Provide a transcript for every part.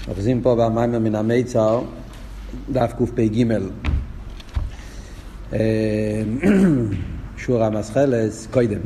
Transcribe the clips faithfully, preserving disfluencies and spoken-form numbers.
אוחזים פה במיימר מן המיצר, דף קפ"ג. שור המסחלס קודם.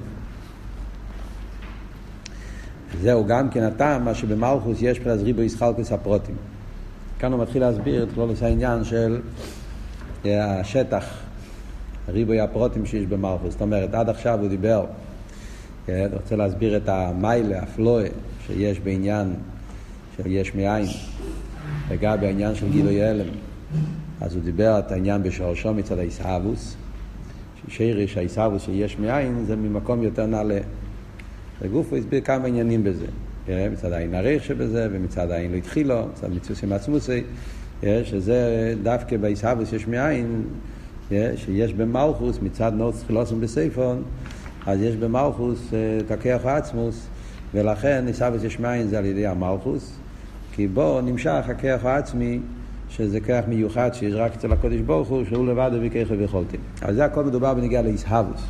זהו גם כן הטעם, מה שבמלכוס יש פרס ריבו ישחלקוס הפרוטים. כאן הוא מתחיל להסביר את כל העניין של השטח, ריבוי הפרוטים שיש במלכוס. זאת אומרת, עד עכשיו הוא דיבר, הוא רוצה להסביר את המיילה, הפלואה, שיש בעניין של יש מאין, וגם בעניין של גילוי הלם. אז הוא דיבר את העניין בשורשו מצד הישהבוס, ששרש הישהבוס שיש מאין זה ממקום יותר נעלה. וגוף הוא הסביר כמה עניינים בזה. מצד העין הריך שבזה, ומצד העין לא התחילו, מצד מצוס עם עצמוסי, שזה דווקא בישהבוס יש מאין, שיש במלכוס, מצד נוץ חילוסם בספון, אז יש במלכוס את הכוח העצמוס, ולכן ישהבוס יש מאין זה על ידי המלכוס, כי בו נמשך הכוח העצמי, שזה כוח מיוחד שיש רק אצל הקודש ברוך הוא, שהוא לבד ובכך ויכולתי. אז זה הכל מדובר בנגיע לישהבוס.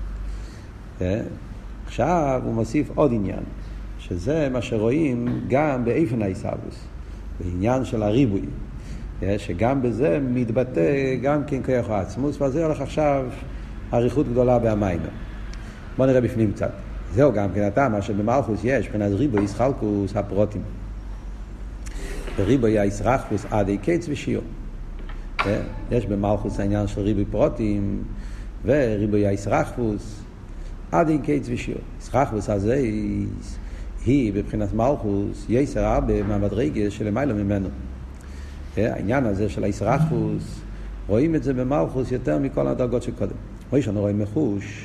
עכשיו הוא מוסיף עוד עניין, שזה מה שרואים גם באיפן הישהבוס, בעניין של הריבוי, שגם בזה מתבטא גם כן כוח העצמוס, וזה הולך עכשיו אריכות גדולה בהמיימר. בואו נראה בפנים קצת. זהו גם כן הטעם, מה שבמלכוס יש, מבחינת ריבוי ישחלקוס הפרוטים. בריבוי הישרחפוס עדי קץ ושיעור. יש במלכוס העניין של ריבוי פרוטים, וריבוי הישרחפוס עדי קץ ושיעור. ישרחפוס הזה היא בבחינת מלכוס יסר הרבה מהמדרגה שלמעלה ממנו. העניין הזה של הישרחפוס, רואים את זה במלכוס יותר מכל הדרגות שקודם. רואים שאנו רואים מחוש,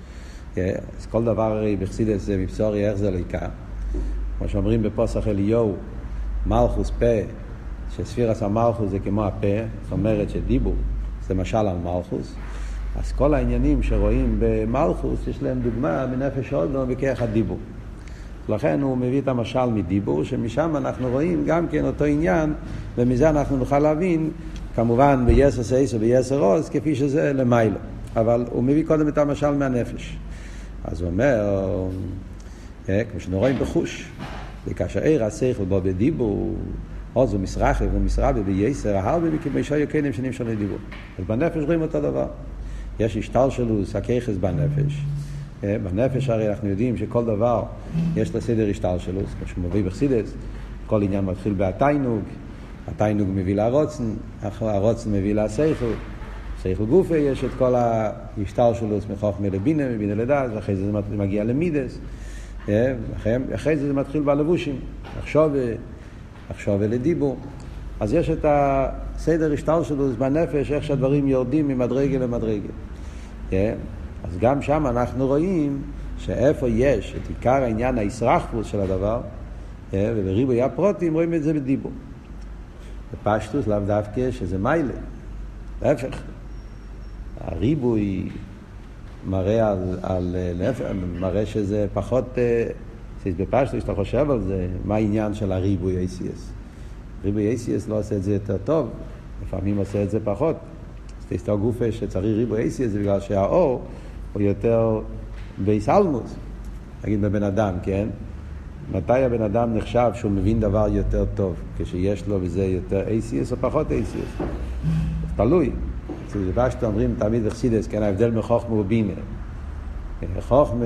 אז כל דבר בחסידות זה מבשורי איך זה ליקה. כמו שאומרים בפוסח אליהו, מלכוס פה, שספירס המלכוס זה כמו הפה, זאת אומרת שדיבור זה משל על מלכוס. אז כל העניינים שרואים במלכוס יש להם דוגמה מנפש אודום בכך הדיבור. לכן הוא מביא את המשל מדיבור, שמשם אנחנו רואים גם כן אותו עניין, ומזה אנחנו נוכל להבין, כמובן ביסר סייס וביסר רוס, כפי שזה למיילו. אבל הוא מביא קודם את המשל מהנפש. אז הוא אומר, כמו שאנחנו רואים בחוש, וכאשר עיר השכל בו בדיבור, אז הוא מסרחב ומשרבה ביסר, הרבה מכמי שהיו קיינים שנים שונה דיבור. אז בנפש רואים אותו דבר. יש השתל שלו, סכיחס בנפש. בנפש הרי אנחנו יודעים שכל דבר יש לסדר השתל שלו, כמו שהוא מביא בחסידות, כל עניין מתחיל בהתיינוג, התיינוג מביא להרוצן, הרוצן מביא להשכל, שכל גופה יש את כל ההשתל שלו, מחוכמה לבינה, מבינה לדעת, ואחרי זה זה מגיע למידס, אחרי זה זה מתחיל בלבושים, לחשוב, לחשוב לדיבור. אז יש את הסדר השתל שלו בנפש, איך שהדברים יורדים ממדרגה למדרגה. אז גם שם אנחנו רואים שאיפה יש את עיקר העניין הישרחפוס של הדבר, ובריבוי הפרוטים רואים את זה בדיבור. בפשטוס לאו דווקא שזה מיילה. להפך. הריבוי מראה על, על להפך, מראה שזה פחות, בפשטוס שאתה חושב על זה, מה העניין של הריבוי איי סי אס. ריבוי איי סי אס לא עושה את זה יותר טוב, לפעמים עושה את זה פחות. אז תסתור גופה שצריך ריבוי איי סי אס, בגלל שהאור הוא יותר ביסלמוס, נגיד בבן אדם, כן? מתי הבן אדם נחשב שהוא מבין דבר יותר טוב? כשיש לו בזה יותר איי סי אס או פחות איי סי אס? תלוי. זה מה שאתם אומרים תמיד בחסידות, כן? ההבדל מחוכמה ובינה. חוכמה,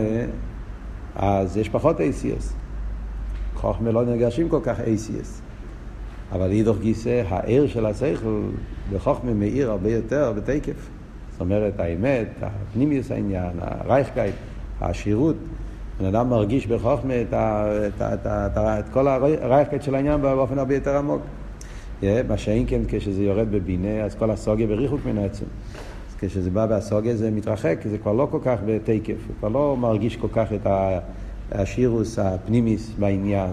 אז יש פחות איי סי אס. חוכמה לא נרגשים כל כך איי סי אס. אבל אידוך גיסא, העיר של השכל בחוכמה מאיר הרבה יותר בתקף. זאת אומרת, האמת, הפנימיוס העניין, הרייכקייט, העשירות, בן אדם מרגיש בחוכמה את, את, את, את, את כל הרייכקייט של העניין באופן הרבה יותר עמוק. מה שאין כן, כשזה יורד בבינה, אז כל הסוגיה בריחוק מן העצם. אז כשזה בא בהסוגיה זה מתרחק, זה כבר לא כל כך בתקף, הוא כבר לא מרגיש כל כך את השירוס הפנימיס בעניין.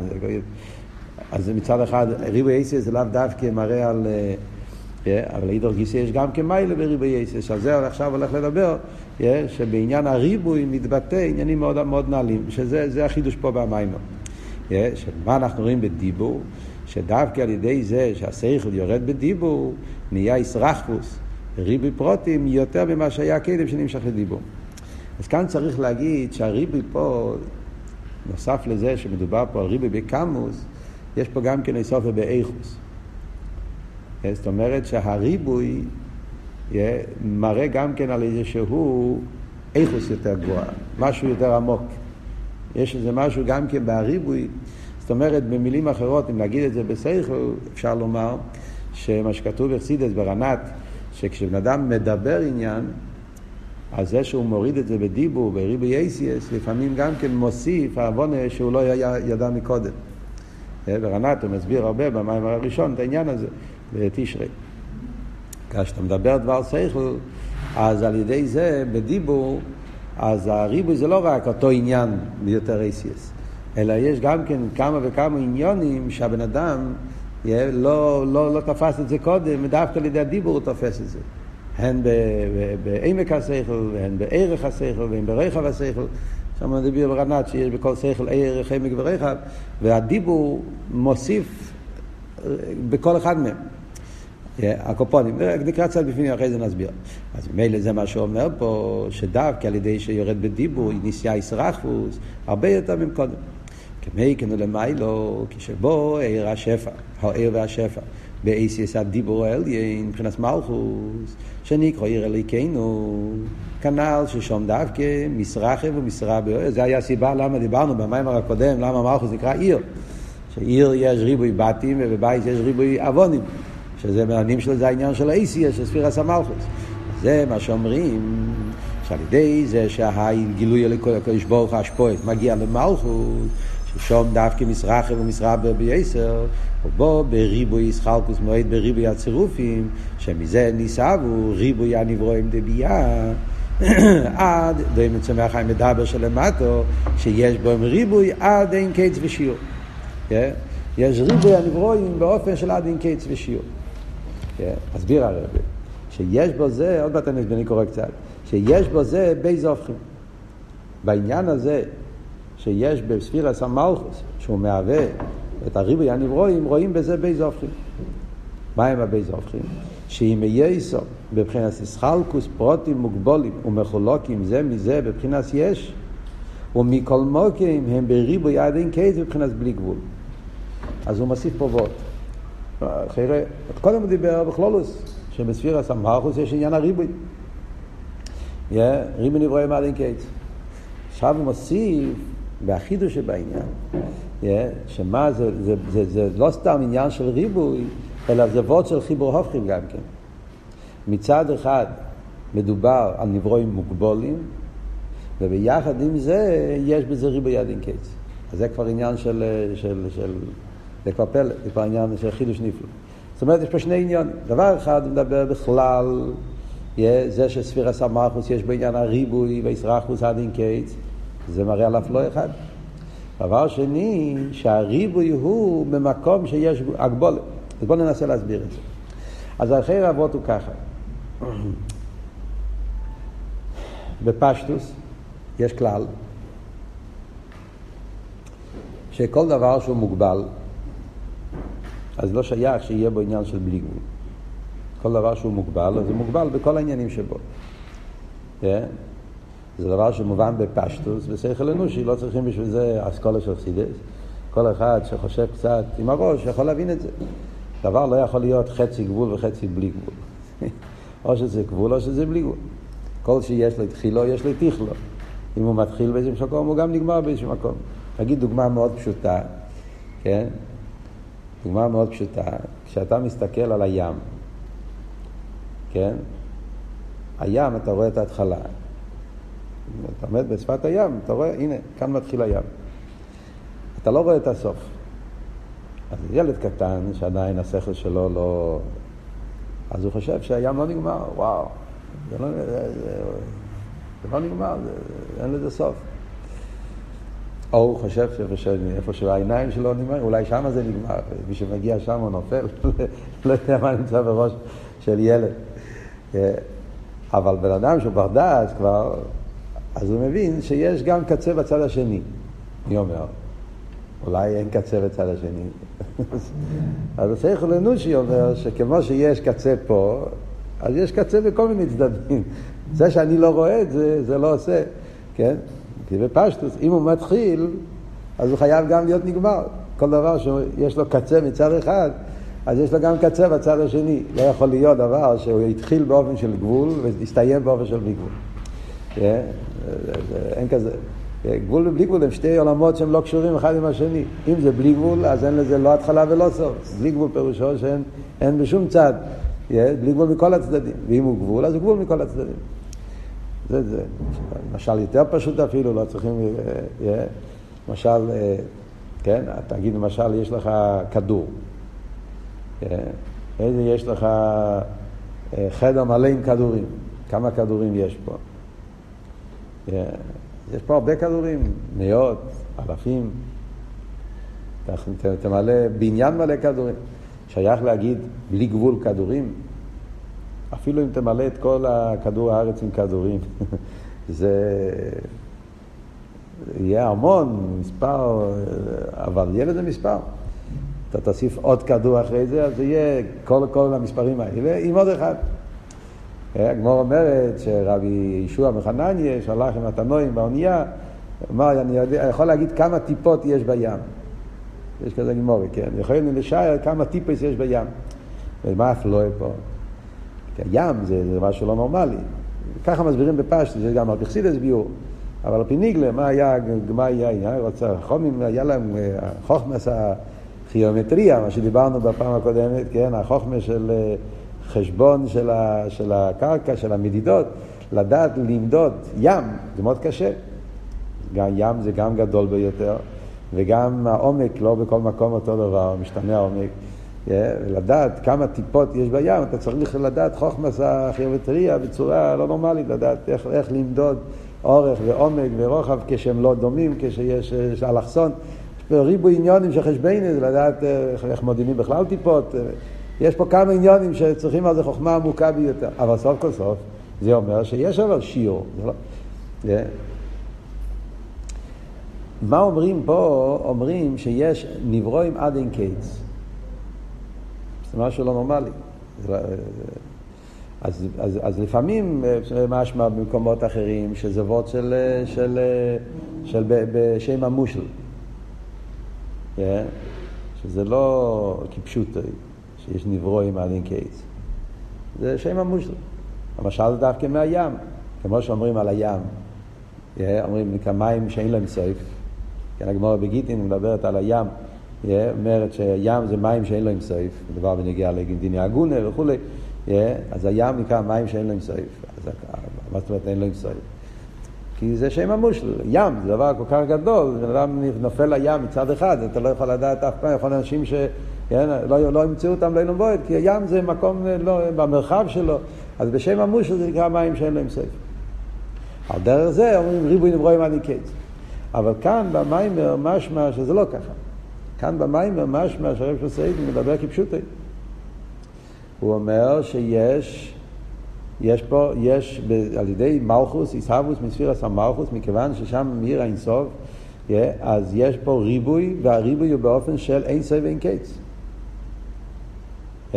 אז מצד אחד, ריבוי אייסי זה לאו דווקא מראה על... אבל לאידור גיסא יש גם כמיילה בריבוי יסר, שעל זה עכשיו הולך לדבר, שבעניין הריבוי מתבטא עניינים מאוד מאוד נעלים, שזה החידוש פה במיימר. שמה אנחנו רואים בדיבור, שדווקא על ידי זה שהשכל יורד בדיבור, נהיה ישרחפוס, ריבוי פרוטים יותר ממה שהיה קדם שנמשך לדיבור. אז כאן צריך להגיד שהריבוי פה, נוסף לזה שמדובר פה על ריבוי בקמוס, יש פה גם כן איסוף באיכוס. זאת אומרת שהריבוי מראה גם כן על איזה שהוא איכוס יותר גבוה, משהו יותר עמוק. יש איזה משהו גם כן בריבוי. זאת אומרת, במילים אחרות, אם נגיד את זה בסייכל, אפשר לומר שמה שכתוב בחסידות ברנת, שכשבן אדם מדבר עניין, אז זה שהוא מוריד את זה בדיבור, בריבוי אייסיאס, לפעמים גם כן מוסיף העוונה שהוא לא ידע מקודם. ברנת הוא מסביר הרבה במים הראשון את העניין הזה, בתשרי. כשאתה מדבר דבר שכל, אז על ידי זה, בדיבור, אז הריבוי זה לא רק אותו עניין ביותר אייסיאס, אלא יש גם כן כמה וכמה עניונים שהבן אדם לא, לא, לא תפס את זה קודם, דווקא על ידי הדיבור הוא תופס את זה. הן בעמק השכל, והן בערך השכל, והן ברחב השכל. שם נדבר ברנת שיש בכל שכל ערך, עמק ורחב, והדיבור מוסיף בכל אחד מהם. הקופונים, נקרא קצת בפנים, אחרי זה נסביר. אז מילא זה מה שאומר פה, שדווקא על ידי שיורד בדיבור, נסיעה ישרחפוס, הרבה יותר ממקודם. כמי כנו למיילו, כשבו עיר השפע, העיר והשפע, באיסיס הדיבור העליין, מבחינת מלכוס, שנקרא עיר אליקנו, כנ"ל ששום דווקא מסרחה ומשרה בעיר. זה היה הסיבה למה דיברנו במאמר הקודם, למה מלכוס נקרא עיר. שעיר יש ריבוי בתים ובבית יש ריבוי אבונים, שזה מעניינים שלו, זה העניין של האיסיס, של ספירס המלכוס. זה מה שאומרים, שעל ידי זה שהגילוי לכל הקדוש ברוך השפועת מגיע למלכות, ששום דווקא מסרחה ומשרה בעשר, ובו בריבוי ישחלקוס מועד בריבוי הצירופים, שמזה ניסבו ריבוי הנברואים דבייה, עד דוים מצומח חיים מדבר שלמטו, שיש בו ריבוי עד אין קץ ושיעור. יש ריבוי הנברואים באופן של עד אין קץ ושיעור. אסביר הרב, שיש בו זה, עוד מעט אני קורא קצת, שיש בו זה בייז הופכים. בעניין הזה, שיש בספירס המלכוס, שהוא מהווה את הריבוי הנברואים, רואים בזה בייז הופכים. מה הם הבייז הופכים? שאם יסו בבחינת ישחלקוס פרוטים מוגבולים ומחולקים זה מזה בבחינת יש, ומכל מוקים הם בריבוי עד אין קץ בבחינת בלי גבול. אז הוא מוסיף פה וות. אחרי, קודם הוא דיבר בכלולוס, שבספירס המלכוס יש עניין הריבוי. Yeah, ריבוי נברואים עד אין קץ. עכשיו הוא מוסיף באחידוש שבעניין, yeah, שמה זה, זה, זה, זה לא סתם עניין של ריבוי, אלא זה וות של חיבור הופכים גם כן. מצד אחד מדובר על נברואים מוגבולים, וביחד עם זה יש בזה ריבוי עד אין קץ. אז זה כבר עניין של, של, של, זה כבר פלא, זה כבר עניין של חידוש נפלא. זאת אומרת, יש פה שני עניינים. דבר אחד מדבר בכלל, yeah, זה שספירס המלכוס יש בעניין הריבוי וישרחוס עד אין קץ, זה מראה על אף לא אחד. דבר שני, שהריבוי הוא במקום שיש הגבולת. אז בואו ננסה להסביר את זה. אז אחרי רבות הוא ככה. בפשטוס יש כלל שכל דבר שהוא מוגבל, אז לא שייך שיהיה בו עניין של בלי גבול. כל דבר שהוא מוגבל, אז הוא מוגבל בכל העניינים שבו. Yeah. זה דבר שמובן בפשטוס, בשכל אנושי, לא צריכים בשביל זה אסכולה של חסידות. כל אחד שחושב קצת עם הראש יכול להבין את זה. דבר לא יכול להיות חצי גבול וחצי בלי גבול. או שזה גבול או שזה בלי גבול. כל שיש לו תחילו, יש לו תכלו. אם הוא מתחיל באיזשהו מקום, הוא גם נגמר באיזשהו מקום. נגיד דוגמה מאוד פשוטה, כן? דוגמה מאוד פשוטה, כשאתה מסתכל על הים, כן? הים, אתה רואה את ההתחלה. אתה עומד בשפת הים, אתה רואה, הנה, כאן מתחיל הים. אתה לא רואה את הסוף. אז ילד קטן, שעדיין השכל שלו לא... אז הוא חושב שהים לא נגמר, וואו, זה לא, זה, זה, זה לא נגמר, זה, אין לזה סוף. או הוא חושב שאיפה שהעיניים שלו נגמר, אולי שם זה נגמר, מי שמגיע שם הוא נופל, לא יודע מה נמצא בראש של ילד. אבל בן אדם שהוא בר דעת כבר, אז הוא מבין שיש גם קצה בצד השני. מי אומר? אולי אין קצה בצד השני. אז השכל אנושי אומר שכמו שיש קצה פה, אז יש קצה בכל מיני צדדים. זה שאני לא רואה את זה, זה לא עושה. כן? כי בפשטוס, אם הוא מתחיל, אז הוא חייב גם להיות נגמר. כל דבר שיש לו קצה מצד אחד, אז יש לו גם קצה בצד השני. לא יכול להיות דבר שהוא התחיל באופן של גבול והסתיים באופן של בלי גבול. אין כזה. גבול ובלי גבול הם שתי עולמות שהם לא קשורים אחד עם השני. אם זה בלי גבול, אז אין לזה לא התחלה ולא סוף. בלי גבול פירושו שאין אין בשום צד. בלי גבול מכל הצדדים. ואם הוא גבול, אז הוא גבול מכל הצדדים. זה, זה. משל יותר פשוט אפילו, לא צריכים... משל, כן, תגיד למשל, יש לך כדור. איזה יש לך חדר מלא עם כדורים. כמה כדורים יש פה? יש פה הרבה כדורים, מאות, אלפים. תמלא בניין מלא כדורים. שייך להגיד בלי גבול כדורים. אפילו אם תמלא את כל הכדור הארץ עם כדורים, זה יהיה המון, מספר, אבל יהיה לזה מספר. אתה תוסיף עוד כדור אחרי זה, אז זה יהיה כל, כל המספרים האלה עם עוד אחד. הגמור אומרת שרבי ישוע מחנניה שלח עם התנועים באונייה, אמר, אני יודע, יכול להגיד כמה טיפות יש בים. יש כזה גמור, כן? יכולים לשער כמה טיפות יש בים. ומה אפלואה פה? כי הים זה, זה משהו לא נורמלי. ככה מסבירים בפשט, זה גם על פרסידס ביור. אבל על פי ניגלה, מה היה, מה היה, היה רוצה, חומים, היה להם חוכמס הכיומטריה, מה שדיברנו בפעם הקודמת, כן? החוכמה של חשבון של, ה, של הקרקע, של המדידות, לדעת למדוד ים, זה מאוד קשה. גם ים זה גם גדול ביותר, וגם העומק, לא בכל מקום אותו דבר, משתנה העומק. לדעת כמה טיפות יש בים, אתה צריך לדעת חוכמס הכיומטריה בצורה לא נורמלית, לדעת איך, איך למדוד אורך ועומק ורוחב כשהם לא דומים, כשיש אלכסון. ריבו עניונים של חשביינים, לדעת איך מודיעים בכלל טיפות. יש פה כמה עניונים שצריכים על זה חוכמה עמוקה ביותר. אבל סוף כל סוף, זה אומר שיש אבל שיעור. Yeah. מה אומרים פה? אומרים שיש נברואים עד אין קץ. זה משהו לא נורמלי. אז, אז, אז לפעמים משמע במקומות אחרים שזה וורט של, של, של בשם המושל. Yeah. שזה לא כפשוטו, שיש נברואים עד אין קץ. זה שם המושל. המשל דווקא מהים. כמו שאומרים על הים. Yeah. אומרים כמים שאין להם סוף. כן, הגמרא בגיטין מדברת על הים. Yeah, אומרת שהים זה מים שאין להם סוף, דבר בנגיע לדיני הגונה וכו'. Yeah, אז הים נקרא מים שאין להם סוף. אז מה זאת אומרת אין להם סוף? כי זה שם המושל. ים זה דבר כל כך גדול, אדם נופל לים מצד אחד, אתה לא יכול לדעת אף פעם, יכול אנשים ש... Yeah, לא, לא ימצאו אותם לילה מבועד, כי הים זה מקום לא, במרחב שלו, אז בשם המושל זה נקרא מים שאין להם סוף. על דרך זה אומרים ריבוי נברואים עד אין קץ. אבל כאן במיימר משמע שזה לא ככה. כאן במיימר משמע שהרב של סעיד מדבר כפשוטי. הוא אומר שיש, יש פה, יש ב, על ידי מלכוס, איסהבוס מספירס המלכוס, מכיוון ששם מאיר אין סוף, yeah, אז יש פה ריבוי, והריבוי הוא באופן של אין סוף ואין קץ. Yeah.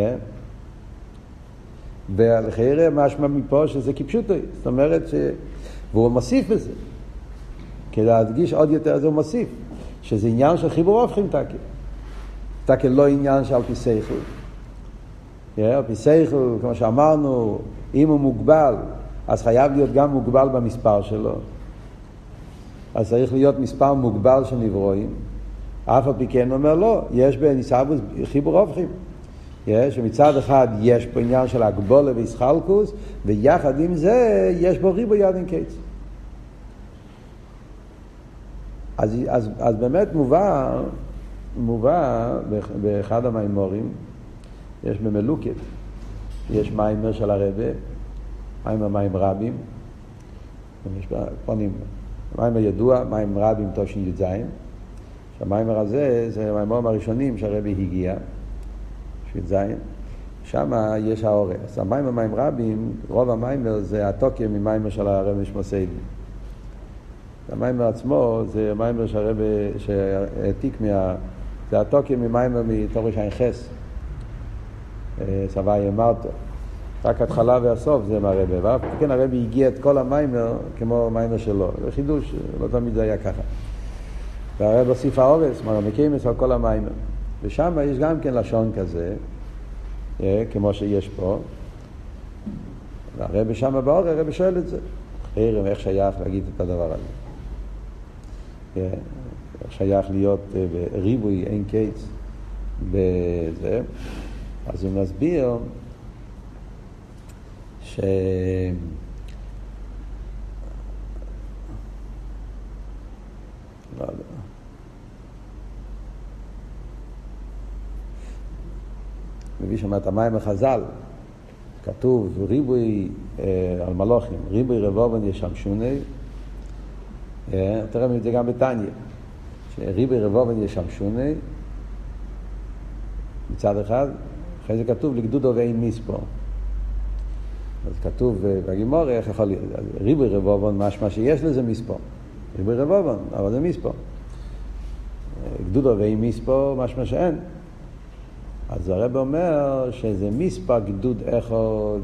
ולחייר משמע מפה שזה כפשוטי. זאת אומרת ש... והוא מוסיף בזה. כדי להדגיש עוד יותר, זה הוא מוסיף. שזה עניין של חיבור הופכים תקל. תקל לא עניין שעל פי שכל. על פי שכל, כמו שאמרנו, אם הוא מוגבל, אז חייב להיות גם מוגבל במספר שלו. אז צריך להיות מספר מוגבל של נברואים. אף על פי כן אומר לא, יש בניסבוס חיבור הופכים. שמצד אחד יש פה עניין של הגבולה וישחלקוס, ויחד עם זה יש בו ריבוי עד אין קץ. אז, אז, אז באמת מובא, מובא באחד המיימורים, יש במלוקת, יש מיימר של הרבה, מיימר מים רבים, יש פונים, מיימר ידוע, מים רבים תושין י"ז, שהמיימר הזה זה המיימורים הראשונים שהרבה הגיע, י"ז, שם יש האורה. אז המיימר מים רבים, רוב המיימר זה התוקם ממיימר של הרבה שמוסיידן. המיימר עצמו זה מיימר שהרבא שהעתיק מה... זה התוקם ממיימר מתורש עין חס. סבא ימרתו. רק התחלה והסוף זה מהרבא. ואף כן הרבא הגיע את כל המיימר כמו מיימר שלו. זה חידוש, לא תמיד זה היה ככה. והרב הוסיף האורס, מרמקימס על כל המים. ושם יש גם כן לשון כזה, כמו שיש פה. והרב שם באור, הרב שואל את זה. חרם, איך שייך להגיד את הדבר הזה? איך שייך להיות בריבוי, אין קץ, בזה. אז הוא מסביר ש... לא, לא. מביא שם את המים החז"ל, כתוב ריבוי אה, על מלוכים, ריבוי רבובן ישמשוני, אה, תראה את זה גם בתניא, שריבוי רבובן ישמשוני, מצד אחד, אחרי זה כתוב לגדודו ואין מספור. אז כתוב בגימור, איך יכול להיות, ריבוי רבובן, משמע שיש לזה מספור. ריבוי רבובן, אבל זה מספור. גדודו ואין מספור, משמע שאין. אז הרב אומר שזה מספר גדוד אחד,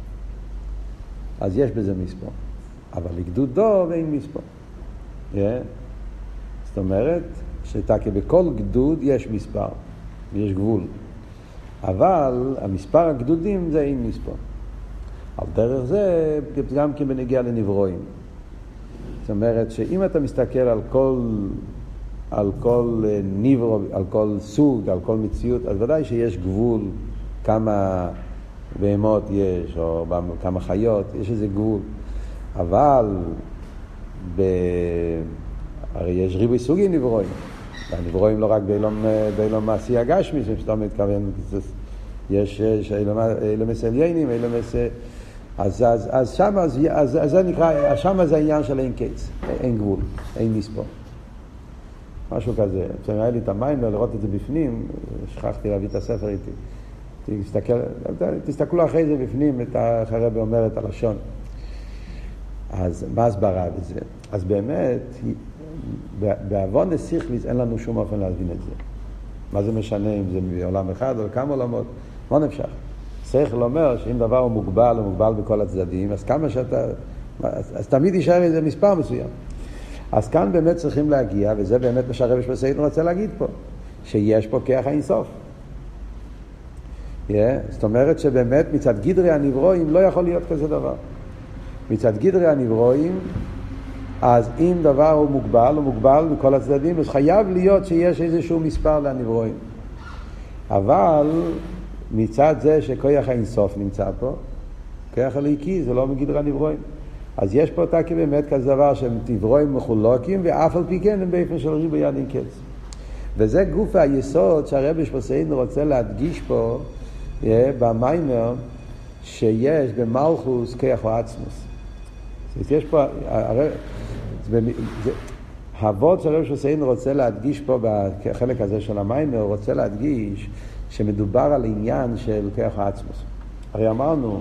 אז יש בזה מספר. אבל לגדודו ואין מספר. Yeah. זאת אומרת, שתקי בכל גדוד יש מספר, יש גבול. אבל המספר הגדודים זה אין מספר. על דרך זה גם כן בנגיע לנברואים. זאת אומרת שאם אתה מסתכל על כל... על כל ניברו, על כל סוג, על כל מציאות, אז ודאי שיש גבול כמה בהמות יש, או כמה חיות, יש איזה גבול. אבל ב... הרי יש ריבוי סוגים נברואים. הנברואים לא רק באילום מעשי הגשמי, שאתה מתכוון, יש אילומס עליינים, אילומס... אז, אז, אז שם, אז, אז, אז זה נקרא, שם זה העניין של אין קץ, אין גבול, אין מספור. משהו כזה. כשהיה לי את המים לראות את זה בפנים, שכחתי להביא את הספר איתי. תסתכל, תסתכלו אחרי זה בפנים, את הרב אומר את הלשון. אז מה הסברה בזה? אז באמת, בעוון הסיכליס אין לנו שום אופן להבין את זה. מה זה משנה אם זה מעולם אחד או כמה עולמות? לא נמשך. שכל אומר שאם דבר הוא מוגבל, הוא מוגבל בכל הצדדים, אז כמה שאתה... אז, אז תמיד יישאר איזה מספר מסוים. אז כאן באמת צריכים להגיע, וזה באמת מה שהרב שבסיידן רוצה להגיד פה, שיש פה כוח האינסוף. Yeah, זאת אומרת שבאמת מצד גדרי הנברואים לא יכול להיות כזה דבר. מצד גדרי הנברואים, אז אם דבר הוא מוגבל, הוא מוגבל בכל הצדדים, אז חייב להיות שיש איזשהו מספר לנברואים. אבל מצד זה שכוח האינסוף נמצא פה, כוח הליקי זה לא מגדרי הנברואים. אז יש פה אותה כבאמת כזה דבר שהם נברואים מחולוקים, ואף על פי כן הם באופן של ריבוי יד אין קץ. וזה גוף היסוד שהרב שבסיידן רוצה להדגיש פה, במיימר, שיש במלכוס כוח או עצמוס. יש פה, הוות שהרב שבסיידן רוצה להדגיש פה בחלק הזה של המיימר, הוא רוצה להדגיש שמדובר על עניין של כוח או עצמוס. הרי אמרנו,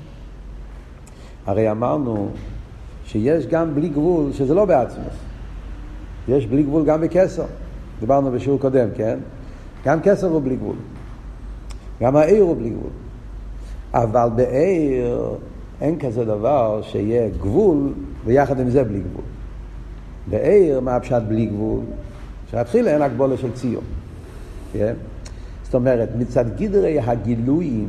הרי אמרנו שיש גם בלי גבול שזה לא בעצמוס. יש בלי גבול גם בכסר. דיברנו בשיעור קודם, כן? גם כסר הוא בלי גבול. גם העיר הוא בלי גבול. אבל בעיר אין כזה דבר שיהיה גבול ויחד עם זה בלי גבול. בעיר מה הפשט בלי גבול? שהתחילה אין הגבולה של ציון. כן? זאת אומרת, מצד גדרי הגילויים,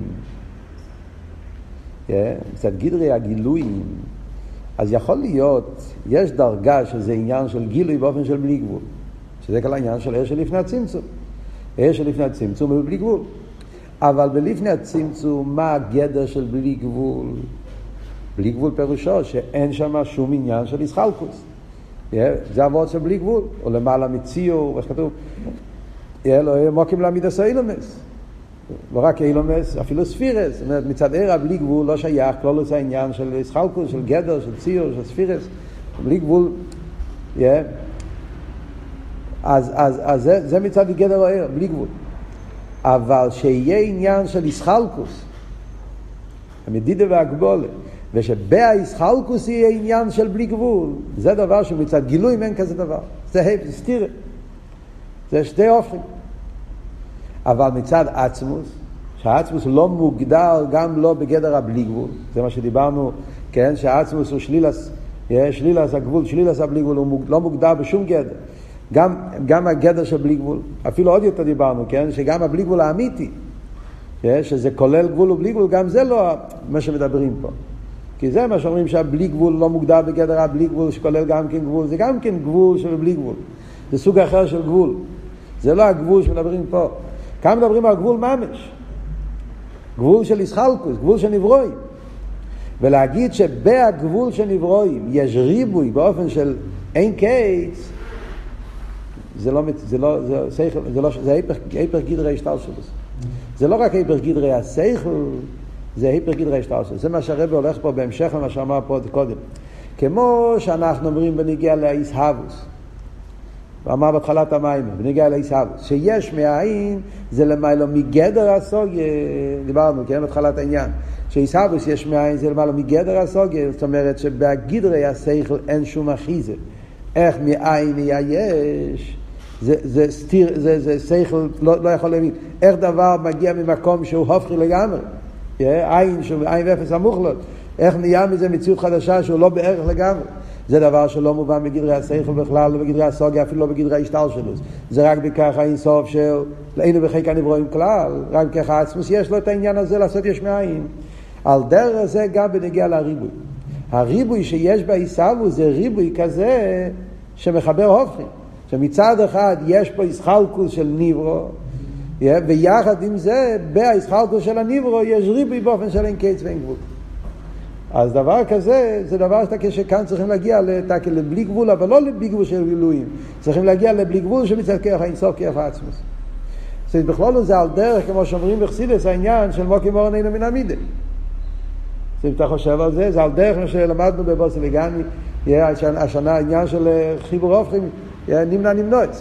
כן? מצד גדרי הגילויים, אז יכול להיות, יש דרגה שזה עניין של גילוי באופן של בלי גבול. שזה כל העניין של עיר שלפני הצמצום. עיר שלפני הצמצום הוא בלי גבול. אבל בלפני הצמצום, מה הגדר של בלי גבול? בלי גבול פירושו שאין שם שום עניין של ישחלקוס. זה עבוד של בלי גבול. או למעלה מציור, איך כתוב? לא מוקים להעמיד עשה אילומס. לא רק אילומס, אפילו ספירס. זאת אומרת, מצד עיר בלי גבול לא שייך, לא לזה העניין של ישחלקוס, של גדר, של ציור, של ספירס. בלי גבול, אז, אז, אז זה, זה מצד גדר העיר, בלי גבול. אבל שיהיה עניין של ישחלקוס, המדידה והגבולה, ושבהישחלקוס יהיה עניין של בלי גבול, זה דבר שמצד גילוי אין כזה דבר. זה זה סתירה. זה שתי אופן. אבל מצד עצמוס, שהעצמוס לא מוגדר גם לא בגדר הבלי גבול. זה מה שדיברנו, כן, שהעצמוס הוא שלילס, יש שלילס הגבול, שלילס הבלי גבול, הוא לא מוגדר בשום גדר. גם, גם הגדר של בלי גבול, אפילו עוד יותר דיברנו, כן? שגם הבלי גבול האמיתי, שזה כולל גבול ובלי גבול, גם זה לא מה שמדברים פה. כי זה מה שאומרים שהבלי גבול לא מוגדר בגדר הבלי גבול, שכולל גם כן גבול, זה גם כן גבול של בלי גבול. זה סוג אחר של גבול. זה לא הגבול שמדברים פה. כאן מדברים על גבול ממש. גבול של ישחלקוס, גבול של נברואים. ולהגיד שבגבול של נברואים יש ריבוי באופן של אין קץ, זה לא, זה לא, זה, זה, זה לא, זה היפר, היפר גדרי השתלשלוס. זה לא רק היפר גדרי השכל, זה היפר גדרי השתלשלוס. זה מה שהרבי הולך פה בהמשך למה שאמר פה קודם. כמו שאנחנו אומרים בניגיע לאיסהבוס, ואמר בתחילת המים, בניגיע לאיסהבוס, שיש מהעין זה למיילו מגדר הסוגיה, דיברנו, כן, בתחילת העניין, שאיסהבוס יש מהעין זה למיילו מגדר הסוגיה, זאת אומרת שבגדרי השכל אין שום אחיזה. איך מעין יהיה יש, זה, זה סתיר, זה, זה שכל, לא, לא יכול להבין. איך דבר מגיע ממקום שהוא הופכי לגמרי, עין, שהוא עין ואפס המוחלט, איך נהיה מזה מציאות חדשה שהוא לא בערך לגמרי. זה דבר שלא מובן בגדרי השכל בכלל, לא בגדרי הסוגיה, אפילו לא בגדרי השתלשלות. זה רק בכך האינסוף של לאינו בחלק הנברואים כלל, רק בכך העצמוס יש לו את העניין הזה לעשות יש מאין. על דרך זה גם בנגיע לריבוי. הריבוי שיש בעיסאוו זה ריבוי כזה שמחבר הופכים. שמצד אחד יש פה ישחלקוס של ניברו, ויחד עם זה, בישחלקוס של הניברו יש ריבוי באופן של אין קץ ואין גבול. אז דבר כזה, זה דבר שאתה כשכאן צריכים להגיע לתק, לבלי גבול, אבל לא לבלי גבול של גילויים. צריכים להגיע לבלי גבול שמצד כרך האינסוף כרך העצמוס. אז בכלול זה על דרך, כמו שאומרים בחסידות, העניין של מוקים אורן אינו מן המידה. אם אתה חושב על זה, זה על דרך מה שלמדנו בבוסי לגני, השנה העניין של חיבור הופכים, נמנע נמנועץ.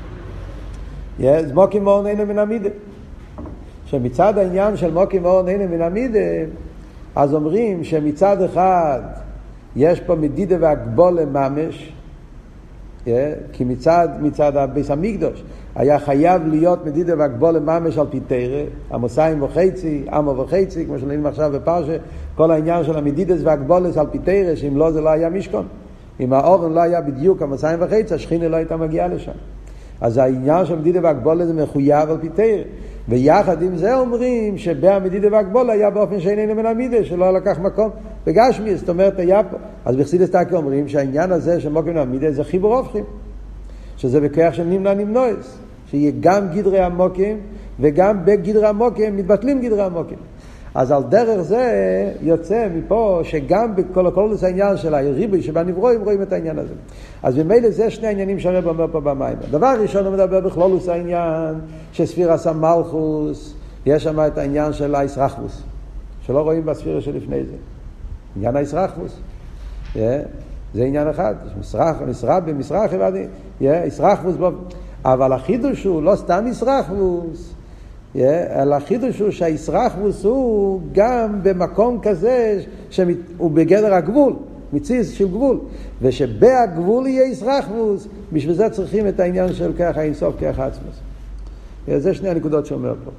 מוקים אורן אינו מן המידה. שמצד העניין של מוקים אורן אינו מן המידה, אז אומרים שמצד אחד יש פה מדידה והגבולה ממש, כי מצד, מצד הביס המקדוש היה חייב להיות מדידה והגבולה ממש על פי תורה, עמוסיים וחצי, עמו וחצי, כמו שלאים עכשיו בפרשה, כל העניין של המדידס והגבולס על פי תורה, שאם לא זה לא היה משכון. אם האורן לא היה בדיוק עמוסיים וחצי, השכינה לא הייתה מגיעה לשם. אז העניין של מדידה והגבולה זה מחויב על פי תורה. ויחד עם זה אומרים שבמדידה והגבולה היה באופן שאיננו מן המידה, שלא לקח מקום בגשמי, זאת אומרת היה פה. אז בחסידות תקי אומרים שהעניין הזה של מוקים מן המידה זה חיבור הופכים, שזה בכוח של נמנע נמנועס, שיהיה גם גדרי המוקים וגם בגדרי המוקים מתבטלים גדרי המוקים. אז על דרך זה יוצא מפה שגם בכל הכל זה העניין של הריבוי שבה נברואים רואים את העניין הזה. אז במילא זה שני העניינים שהרב אומר פה במים. דבר ראשון הוא מדבר בכלולוס העניין שספירס המלכוס, יש שם את העניין של הישרחבוס, שלא רואים בספירה שלפני זה. עניין הישרחבוס. זה עניין אחד. מסרח, מסרח במסרח, ישרחבוס. אבל החידוש הוא לא סתם ישרחבוס, אלא החידוש הוא שהישרחבוס הוא גם במקום כזה שהוא בגדר הגבול, מציז של גבול, ושבהגבול יהיה ישרחבוס, בשביל זה צריכים את העניין של כרך האינסוף, כרך העצמוס. זה שני הנקודות שאומר פה.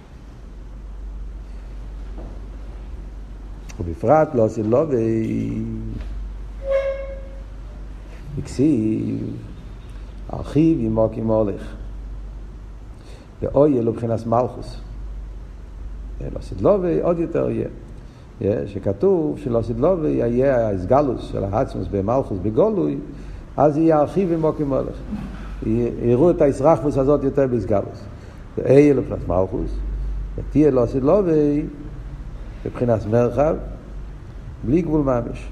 ובפרט לא עושה לו וכסיב ארכיב ימוק עם הולך ואוי אלו בחינת מלכוס. לא סדלובי עוד יותר יהיה, שכתוב שלא סדלובי יהיה ההסגלוס של העצמוס במלכוס בגולוי, אז יהיה ארכיב ימוק עם הולך, יראו את הישרחבוס הזאת יותר בהסגלוס. ואוי אלו בחינת מלכוס ותהיה לא סדלובי בבחינת מרחב בלי גבול ממש,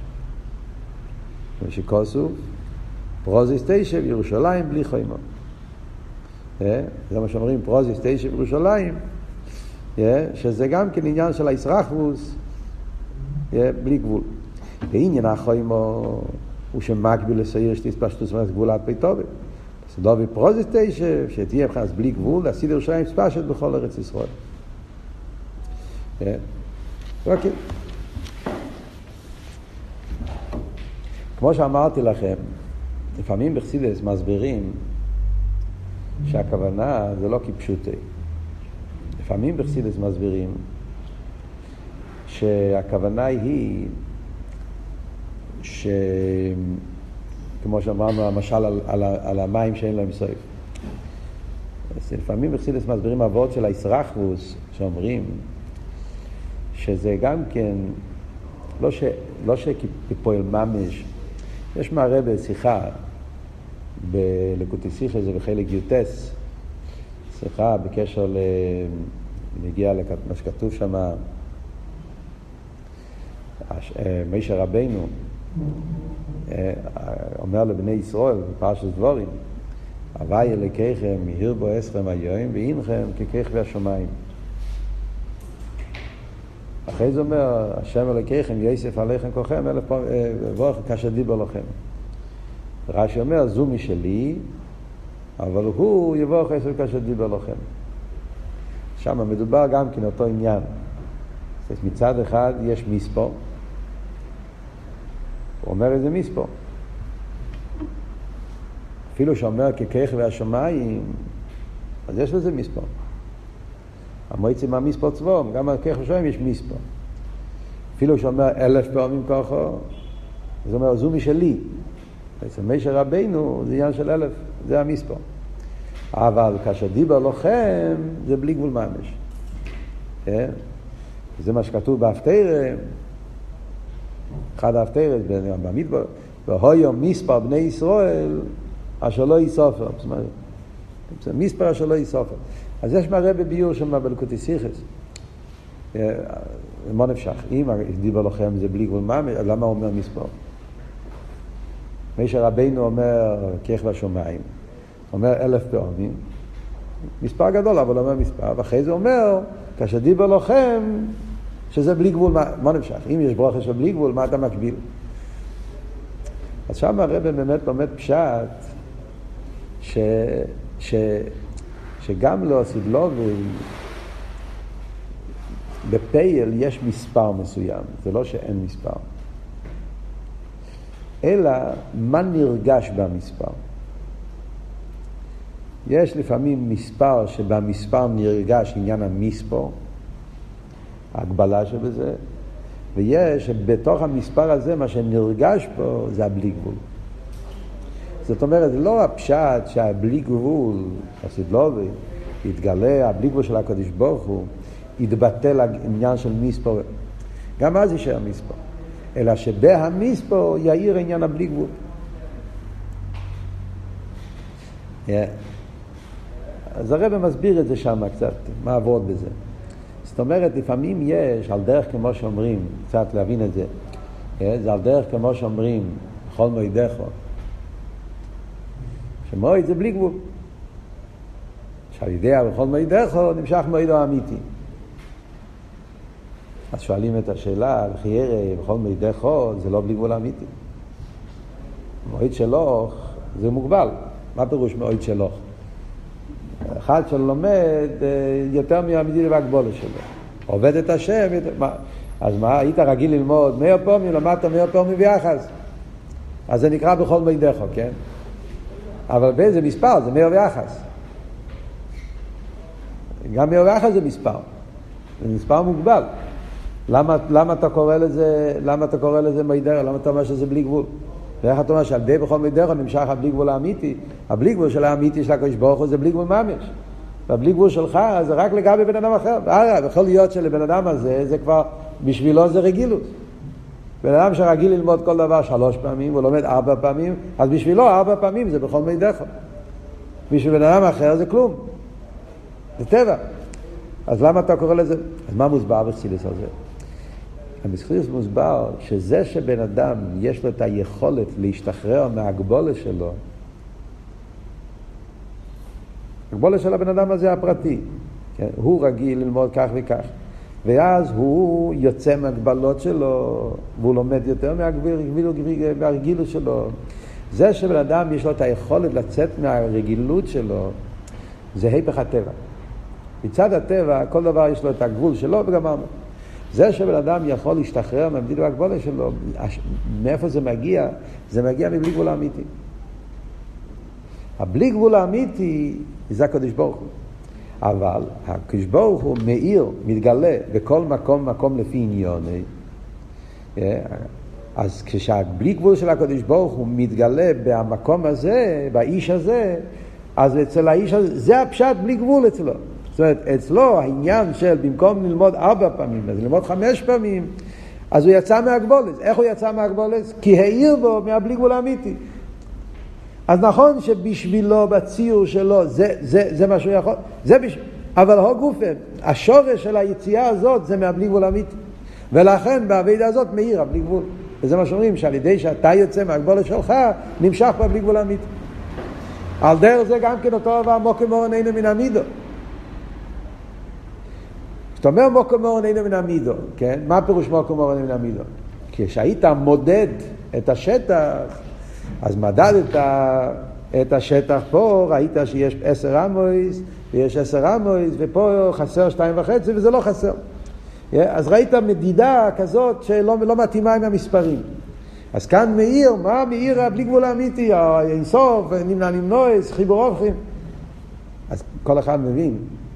ושכוסו פרוזיס תשע בירושלים בלי חיימו. זה מה שאומרים, פרוזיס תשע בירושלים, שזה גם כן עניין של הישרחבוס בלי גבול. ועניין החיימו הוא שמקביל לסייר שתספשטוס מרס גבול עד פי טובי. סדו בפרוזיס תשע, שתהיה בכנס בלי גבול, להסיד ירושלים ספשט בכל ארץ ישראל. אוקיי. כמו שאמרתי לכם, לפעמים בחסידות מסבירים שהכוונה זה לא כפשוטי. לפעמים בחסידות מסבירים שהכוונה היא כמו שאמרנו, המשל על, על, על המים שאין להם סוף. אז לפעמים בחסידות מסבירים אבות של הישרחבוס, שאומרים שזה גם כן, לא, ש, לא שפועל ממש, יש מערה בשיחה, בליקוטי שיחה, זה בחלק יוטס, שיחה בקשר ל... נגיע למה שכתוב שם, משה רבינו אומר לבני ישראל בפרשת דבורים, הווי אלוקיכם יהיר בו אסכם היום ואינכם ככך והשמיים. אחרי זה אומר השם אלוקיכם יוסף עליכם כולכם אלף פעם וברך כאשר דיבר לכם. רש"י אומר זו משלי אבל הוא יברך יוסף כאשר דיבר לכם. שם מדובר גם כן אותו עניין. מצד אחד יש מספר, הוא אומר איזה מספר. אפילו שאומר ככך והשמיים, אז יש לזה מספר. המועצים מהמספר צבום, גם על כך והשמיים יש מספר. אפילו שאומר אלף פעמים ככה, זה אומר זו משלי. בעצם משה רבינו זה עניין של אלף, זה המספר. אבל כאשר דיבר לכם זה בלי גבול ממש. זה מה שכתוב בהפטרה, אחד ההפטרה במדבר, והיום מספר בני ישראל אשר לא יסופר. זאת אומרת, מספר אשר לא יסופר. אז יש מראה בביור שם בליקוטי שיחס. מה נפשך? אם דיבר לכם זה בלי גבול ממש, למה הוא אומר מספר? משה רבינו אומר כך בשמיים. אומר אלף פעמים, מספר גדול, אבל אומר מספר, ואחרי זה אומר, כאשר דיבר לכם, שזה בלי גבול, מה, מה נמשך? אם יש ברכה של בלי גבול, מה אתה מקביל? אז שם הרב באמת לומד פשט, ש, ש, שגם לא סבלובים, בפייל יש מספר מסוים, זה לא שאין מספר. אלא מה נרגש במספר? יש לפעמים מספר שבמספר נרגש עניין המספר, ההגבלה שבזה, ויש שבתוך המספר הזה מה שנרגש פה זה הבלי גבול. זאת אומרת, לא הפשט שהבלי גבול, הסדלובי, יתגלה, הבלי גבול של הקדוש ברוך הוא, יתבטא לעניין של מספר, גם אז יישאר מספר, אלא שבהמספר יאיר עניין הבלי גבול. Yeah. אז הרב מסביר את זה שם קצת, מה עבוד בזה. זאת אומרת, לפעמים יש, על דרך כמו שאומרים, קצת להבין את זה, זה על דרך כמו שאומרים, בכל מועדך, שמועד זה בלי גבול. שעל ידי בכל מועדך נמשך מועדו האמיתי. אז שואלים את השאלה, לחיירה, בכל מועדך זה לא בלי גבול האמיתי. מועד שלוך זה מוגבל. מה פירוש מועד שלוך? אחד שלומד יותר מהמדינה והגבולה שלו. עובד את השם. מה? אז מה, היית רגיל ללמוד מאה פעמים, למדת מאה פעמים ביחס. אז זה נקרא בכל מועדך, כן? אבל באיזה מספר? זה מאה ביחס. גם מאה ביחס זה מספר. זה מספר מוגבל. למה, למה אתה קורא לזה, למה אתה קורא לזה מועדך? למה אתה אומר שזה בלי גבול? ואיך אתה אומר שעל די בכל מועדך נמשך הבלי גבול האמיתי? הבלי גבול של האמיתי של הקדוש ברוך הוא זה בלי גבול ממש. והבלי גבול שלך זה רק לגבי בן אדם אחר. הרי, יכול להיות שלבן אדם הזה, זה כבר, בשבילו זה רגילות. בן אדם שרגיל ללמוד כל דבר שלוש פעמים, הוא לומד ארבע פעמים, אז בשבילו ארבע פעמים זה בכל מועדך. בשביל בן אדם אחר זה כלום. זה טבע. אז למה אתה קורא לזה? אז מה מוסבר בחסידות הזה? בחסידות מוסבר שזה שבן אדם יש לו את היכולת להשתחרר מההגבלה שלו, הגבלה של הבן אדם הזה הפרטי, כן? הוא רגיל ללמוד כך וכך, ואז הוא יוצא מהגבלות שלו, והוא לומד יותר מהרגילות שלו. זה שבן אדם יש לו את היכולת לצאת מהרגילות שלו, זה היפך הטבע. מצד הטבע, כל דבר יש לו את הגבול שלו וגמרנו. זה שבן אדם יכול להשתחרר מהמדינה והגבולה שלו, מאיפה זה מגיע? זה מגיע מבלי גבול האמיתי. הבלי גבול האמיתי זה הקדוש ברוך הוא. אבל הקדוש ברוך הוא מאיר, מתגלה בכל מקום מקום לפי עניוני. אז כשהבלי גבול של הקדוש ברוך הוא מתגלה במקום הזה, באיש הזה, אז אצל האיש הזה, זה הפשט בלי גבול אצלו. זאת אומרת, אצלו העניין של במקום ללמוד ארבע פעמים, אז ללמוד חמש פעמים, אז הוא יצא מהגבולת. איך הוא יצא מהגבולת? כי העיר בו מהבלי גבול האמיתי. אז נכון שבשבילו, בציור שלו, זה, זה, זה מה שהוא יכול, זה בש... אבל הוא גופן, השורש של היציאה הזאת זה מהבלי גבול האמיתי. ולכן בעבידה הזאת מאיר הבלי גבול. וזה מה שאומרים, שעל ידי שאתה יוצא מהגבולת שלך, נמשך בבלי גבול האמיתי. על דרך זה גם כן אותו דבר מוקם אורן אינו מן המידו. זאת אומרת מוקם אורן אינו מן המידו, כן? מה פירוש מוקם אורן אינו מן המידו? כשהיית מודד את השטח, אז מדדת את השטח פה, ראית שיש עשר אמויס, ויש עשר אמויס, ופה חסר שתיים וחצי, וזה לא חסר. אז ראית מדידה כזאת שלא לא מתאימה עם המספרים. אז כאן מאיר, מה מאיר בלי גבול האמיתי, האינסוף, נמנע נמנועס, חיבור אופכים. אז כל אחד מבין,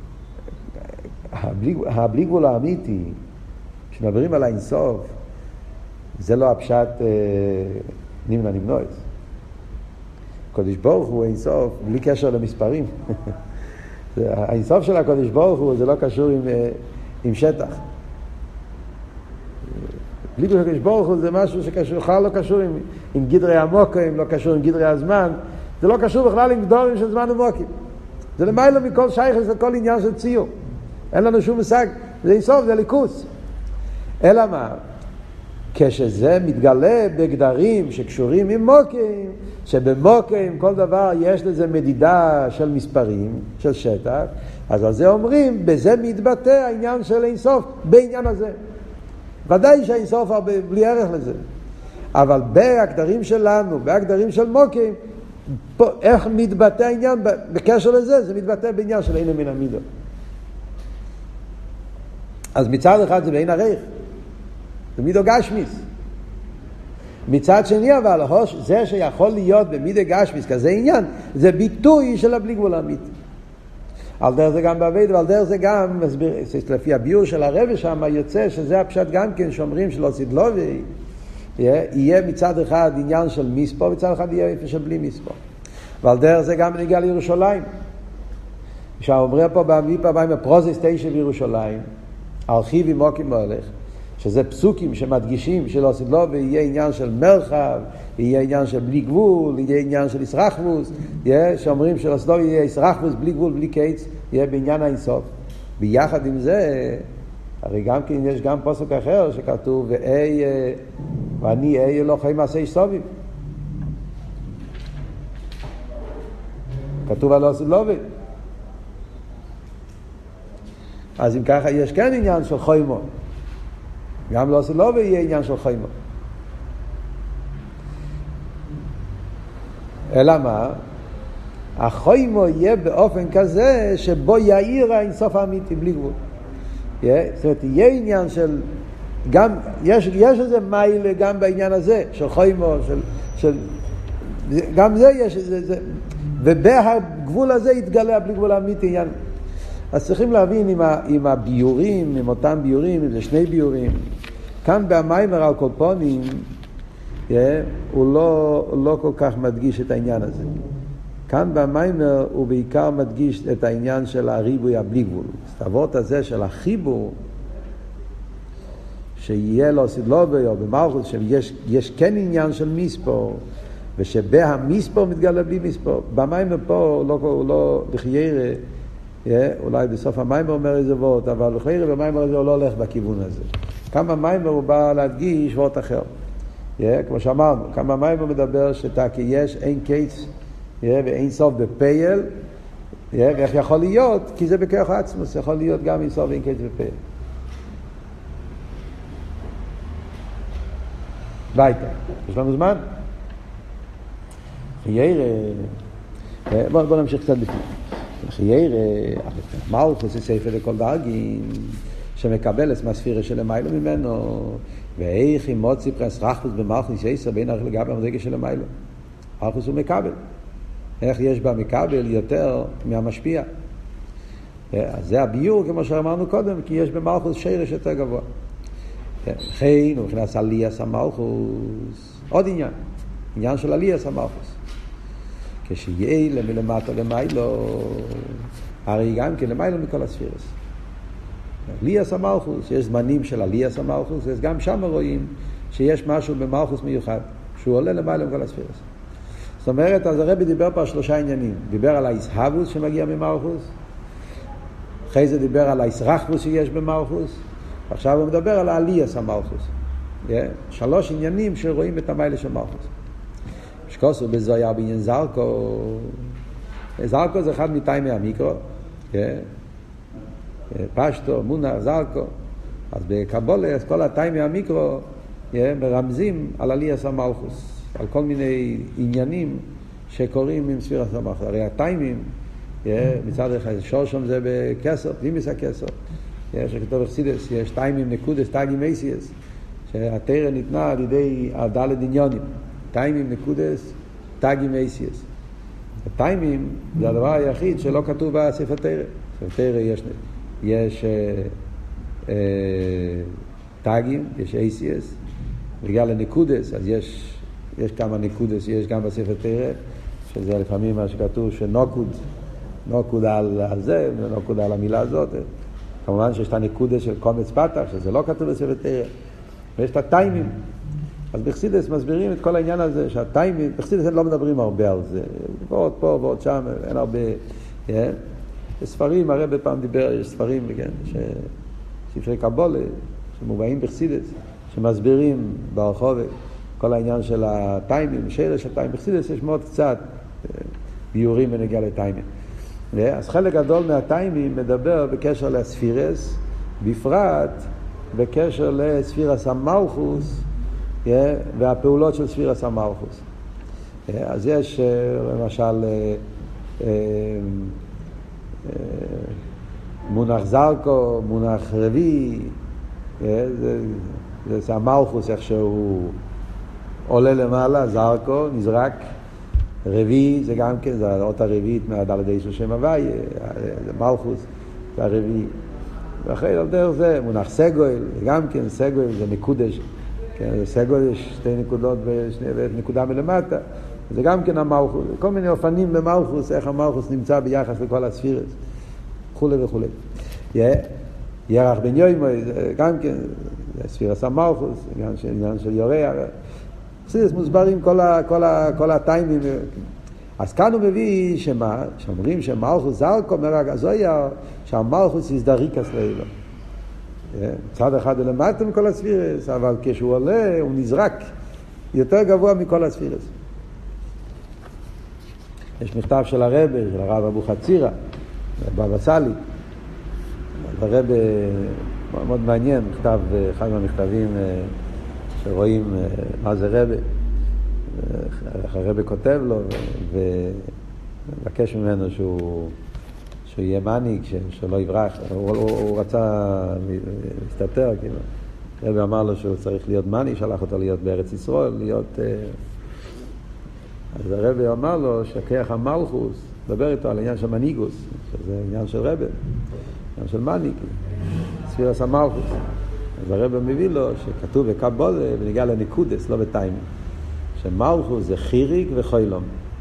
הבלי, הבלי גבול האמיתי, כשמדברים על האינסוף, זה לא הפשט אה, נמנע נמנועס. הקדוש ברוך הוא אינסוף בלי קשר למספרים. האינסוף של הקדוש ברוך הוא זה לא קשור עם, עם שטח. בלי קשר לקדוש ברוך הוא זה משהו שקשור, בכלל לא קשור עם, עם גדרי המוקים, לא קשור עם גדרי הזמן, זה לא קשור בכלל עם גדורים של זמן ומוקים. זה למעלה מכל שייכות לכל עניין של ציור. אין לנו שום מושג, זה אינסוף, זה ליכוס. אלא מה? כשזה מתגלה בגדרים שקשורים עם מוקים, שבמוקים כל דבר יש לזה מדידה של מספרים, של שטח, אז על זה אומרים, בזה מתבטא העניין של אינסוף, בעניין הזה. ודאי שהאינסוף הרבה בלי ערך לזה. אבל בהגדרים שלנו, בהגדרים של מוקים, פה, איך מתבטא העניין בקשר לזה? זה מתבטא בעניין של אינו מן המידו. אז מצד אחד זה בעין הרייך. זה מידו גשמיס. מצד שני אבל זה שיכול להיות במידו גשמיס כזה עניין, זה ביטוי של הבלי גבול האמיתי. על דרך זה גם בעבד, ועל דרך זה גם, לפי הביור של הרב שם יוצא שזה הפשט גם כן שאומרים שלא צידלובי, יהיה מצד אחד עניין של מספור, מצד אחד יהיה איפה של בלי מספור. ועל דרך זה גם נגיע לירושלים. כשאומרים פה במי פעמים הפרוזיס תשע בירושלים, ארכיבי מוקים מולך, שזה פסוקים שמדגישים שלא סדלו ויהיה עניין של מרחב, יהיה עניין של בלי גבול, יהיה עניין של ישרחבוס, שאומרים שלא סדלו יהיה ישרחבוס בלי גבול, בלי קיץ, יהיה בעניין האינסוף. ביחד עם זה, הרי גם כן יש גם פסוק אחר שכתוב, ואני אהיה אלוהי מעשה איש סובים. כתוב על לא סדלו. אז אם ככה יש כן עניין של חוימו. גם לא עושה לא ויהיה עניין של חיימו. אלא מה? החיימו יהיה באופן כזה שבו יאיר האינסוף האמיתי בלי גבול. זאת אומרת, יהיה עניין של, גם, יש, יש איזה מיילה גם בעניין הזה, של חיימו, של, של, גם זה יש, זה, זה, ובגבול הזה יתגלה בלי גבול האמיתי עניין. אז צריכים להבין עם, ה, עם הביורים, עם אותם ביורים, עם זה שני ביורים. כאן במיימר על קולפונים, yeah, הוא לא, לא כל כך מדגיש את העניין הזה. כאן במיימר הוא בעיקר מדגיש את העניין של הריבוי הבלי גבול. הסתוות הזה של החיבור, שיהיה לו סדלובי או במלכות, שיש יש כן עניין של מספור, ושבהמספור מתגלה בלי מספור. במיימר פה לא, לא לחיירה, yeah, אולי בסוף המיימר אומר איזה וורט, אבל לחיירה במיימר הזה הוא לא הולך בכיוון הזה. כמה מיימר הוא בא להדגיש וורט אחר. Yeah, כמו שאמרנו, כמה מיימר מדבר שאתה כי יש אין קיץ yeah, ואין סוף בפייל, yeah, ואיך יכול להיות? כי זה בכוח עצמוס, יכול להיות גם אין סוף ואין קיץ בפייל. ביתה. יש לנו זמן? חייר, בוא, בוא נמשיך קצת לפני. חייר, מלכות זה ספר לכל דרגים, שמקבל את מהספירה של המיילו ממנו, ואיך אם מוציא פרס רחוס במלכות יסר בין ערך לגבי המדרגה של המיילו. רחוס הוא מקבל. איך יש בה מקבל יותר מהמשפיע. אז זה הביור כמו שאמרנו קודם, כי יש במלכות שרש יותר גבוה. לכן הוא נכנס עליאס המלכוס, עוד עניין, עניין של עליאס המלכוס. כשיהיה מלמטה למיילו, הרי גם כן למיילו מכל הספירס. עליאס המלכוס, יש זמנים של עליאס המלכוס, אז גם שם רואים שיש משהו במלכוס מיוחד, שהוא עולה למיילו מכל הספירס. זאת אומרת, אז הרבי דיבר פה על שלושה עניינים. דיבר על הישהבוס שמגיע ממלכוס, אחרי זה דיבר על הישרחבוס שיש במלכוס, עכשיו הוא מדבר על העליאס המלכוס. Yeah. שלוש עניינים שרואים את המיילה של מלכוס. שקוסו בזויה בעניין זרקו. זרקו זה אחד מטיימי המיקרו. Yeah. פשטו, מונח, זרקו. אז בקבולה, אז כל הטיימי המיקרו yeah, מרמזים על עליאס המלכוס. על כל מיני עניינים שקורים עם ספירת המלכוס. הרי הטיימים, yeah, מצד אחד, שורשם זה בקסר, פנימיס הקסר. יש כתוב בחסידות, יש טיימים נקודס, טיימים מייסיאס, שהתורה ניתנה על ידי הדלת עניונים. טיימים נקודס, טיימים מייסיאס. הטיימים זה הדבר היחיד שלא כתוב בספר תורה. בספר תורה יש, יש אה, אה, טיימים, יש אייסיאס, בגלל הנקודס, אז יש, יש כמה נקודס, יש גם בספר תורה, שזה לפעמים מה שכתוב שנוקוד, נוקוד על, על זה, נוקוד על המילה הזאת. כמובן שיש את הנקודה של קומץ פתח, שזה לא כתוב בספר תורה, ויש את הטיימים. אז בחסידות מסבירים את כל העניין הזה, שהטיימים, בחסידות לא מדברים הרבה על זה, ועוד פה ועוד שם, אין הרבה, yeah. ספרים, הרב פעם דיבר, יש ספרים, כן, ספרי קבולה, שמובאים בחסידות, שמסבירים ברחוב, כל העניין של הטיימים, שרש הטיימים, בחסידות יש מאוד קצת ביורים בנגיע לטיימים. אז חלק גדול מהטיימים מדבר בקשר לספירס, בפרט בקשר לספירס המלכוס והפעולות של ספירס המלכוס. אז יש למשל מונח זרקו, מונח רבי, זה, זה המלכוס איך שהוא עולה למעלה, זרקו, נזרק. רבי זה גם כן, זה האות הרביעית מהדלת איסו שם הוואי, זה מלכוס, זה הרביעי. ואחרי על דרך זה, מונח סגויל, גם כן סגויל זה נקודש, כן, סגויל יש שתי נקודות ונקודה מלמטה, זה גם כן המלכוס, כל מיני אופנים במלכוס, איך המלכוס נמצא ביחס לכל הספירס, וכו' וכו'. ירח בן יוימוי, גם כן, זה ספירס המלכוס, עניין של יורח, ספירס מוסברים כל, ה, כל, ה, כל הטיימים. אז כאן הוא מביא שמה, שאומרים שמלכוס זרקו מרג הזויה, שהמלכוס יזדריקס לאילו. צד אחד למטה מכל הספירס, אבל כשהוא עולה הוא נזרק יותר גבוה מכל הספירס. יש מכתב של הרב, של הרב אבו חצירה, בבא סאלי. הרב מאוד מעניין, מכתב, אחד מהמכתבים שרואים מה זה רב. הרב כותב לו ובקש ממנו שהוא שהוא יהיה מניק, שלא יברח. הוא, הוא, הוא רצה להסתתר, כאילו. הרב אמר לו שהוא צריך להיות מניק, שלח אותו להיות בארץ ישראל, להיות... אז הרב אמר לו שכיח המלכוס, דבר איתו על עניין של מניגוס, שזה עניין של רב, עניין של מניק, ספירס המלכוס. אז הרב מביא לו שכתוב בקבולה, ונגיע לניקודס, לא בטיימים, שמלכוס זה חיריק וחוילום.